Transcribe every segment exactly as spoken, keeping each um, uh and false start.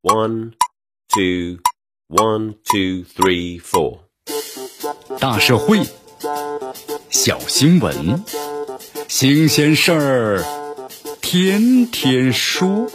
One, two, one, two, three, four。 大社会，小新闻，新鲜事儿，天天说。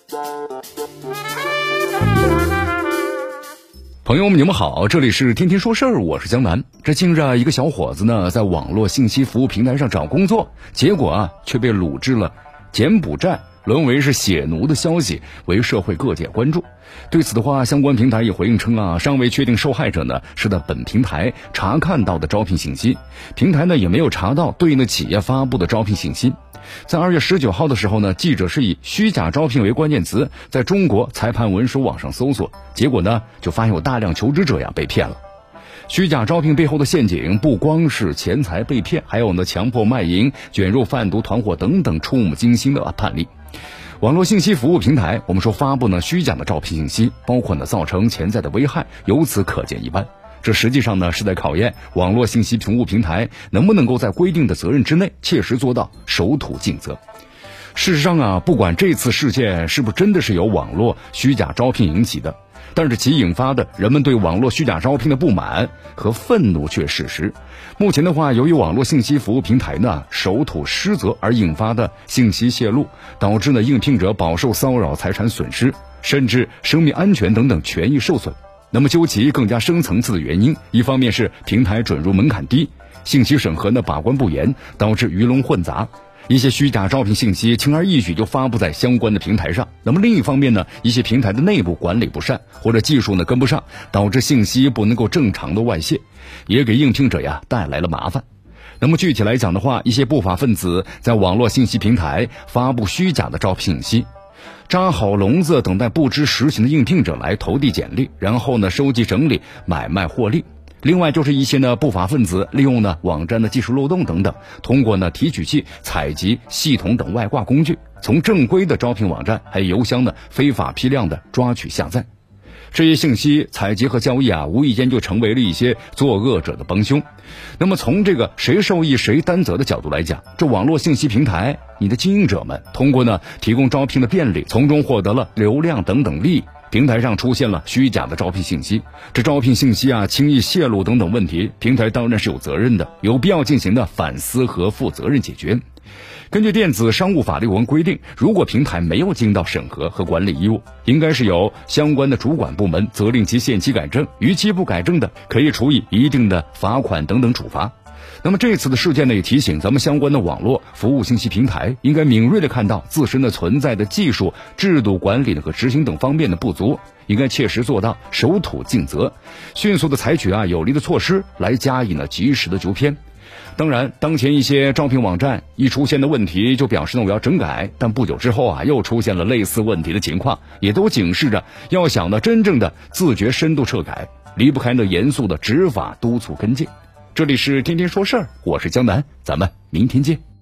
朋友们，你们好，这里是天天说事儿，我是江南。这近日啊，一个小伙子呢，在网络信息服务平台上找工作，结果啊，却被掳至了柬埔寨，沦为是血奴的消息为社会各界关注。对此的话，相关平台也回应称啊，尚未确定受害者呢是在本平台查看到的招聘信息，平台呢也没有查到对应的企业发布的招聘信息。在二月十九号的时候呢，记者是以虚假招聘为关键词，在中国裁判文书网上搜索，结果呢就发现有大量求职者呀被骗了。虚假招聘背后的陷阱不光是钱财被骗，还有呢强迫卖淫、卷入贩毒团伙等等触目惊心的判例。网络信息服务平台，我们说发布呢虚假的招聘信息，包括呢造成潜在的危害，由此可见一斑。这实际上呢是在考验网络信息服务平台能不能够在规定的责任之内切实做到守土尽责。事实上啊，不管这次事件是不是真的是由网络虚假招聘引起的，但是其引发的人们对网络虚假招聘的不满和愤怒却事实。目前的话，由于网络信息服务平台呢守土失责而引发的信息泄露，导致呢应聘者饱受骚扰、财产损失，甚至生命安全等等权益受损。那么究其更加深层次的原因，一方面是平台准入门槛低，信息审核呢把关不严，导致鱼龙混杂，一些虚假招聘信息轻而易举就发布在相关的平台上。那么另一方面呢，一些平台的内部管理不善，或者技术呢跟不上，导致信息不能够正常的外泄，也给应聘者呀带来了麻烦。那么具体来讲的话，一些不法分子在网络信息平台发布虚假的招聘信息，扎好笼子等待不知实情的应聘者来投递简历，然后呢收集整理买卖获利。另外就是一些呢不法分子利用呢网站的技术漏洞等等，通过呢提取器、采集系统等外挂工具，从正规的招聘网站还有邮箱呢非法批量的抓取下载。这些信息采集和交易啊，无意间就成为了一些作恶者的帮凶。那么从这个谁受益谁担责的角度来讲，这网络信息平台你的经营者们通过呢提供招聘的便利，从中获得了流量等等利益，平台上出现了虚假的招聘信息，这招聘信息啊轻易泄露等等问题，平台当然是有责任的，有必要进行的反思和负责任解决。根据电子商务法律文规定，如果平台没有尽到审核和管理义务，应该是由相关的主管部门责令其限期改正，逾期不改正的，可以处以一定的罚款等等处罚。那么这次的事件呢，也提醒咱们相关的网络服务信息平台，应该敏锐地看到自身的存在的技术、制度管理和执行等方面的不足，应该切实做到守土尽责，迅速的采取啊有力的措施来加以呢及时的纠偏。当然，当前一些招聘网站一出现的问题就表示呢我要整改，但不久之后啊又出现了类似问题的情况，也都警示着要想呢真正的自觉深度撤改，离不开呢严肃的执法督促跟进。这里是天天说事儿，我是江南，咱们明天见。